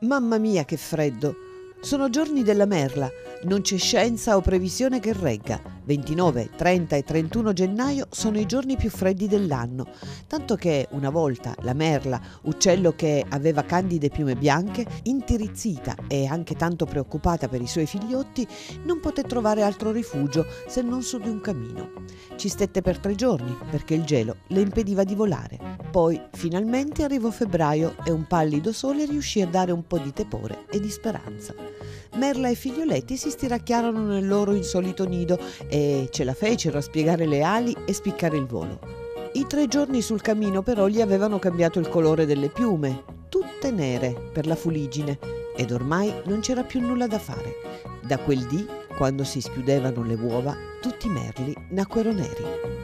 Mamma mia, che freddo! Sono giorni della merla, non c'è scienza o previsione che regga. 29, 30 e 31 gennaio sono i giorni più freddi dell'anno, tanto che una volta la merla, uccello che aveva candide piume bianche, intirizzita e anche tanto preoccupata per i suoi figliotti, non poté trovare altro rifugio se non su di un camino. Ci stette per 3 giorni perché il gelo le impediva di volare. Poi finalmente arrivò febbraio e un pallido sole riuscì a dare un po' di tepore e di speranza. Merla e figlioletti si stiracchiarono nel loro insolito nido e ce la fecero a spiegare le ali e spiccare il volo. I 3 giorni sul camino però gli avevano cambiato il colore delle piume, tutte nere per la fuliggine, ed ormai non c'era più nulla da fare. Da quel dì, quando si schiudevano le uova, tutti i merli nacquero neri.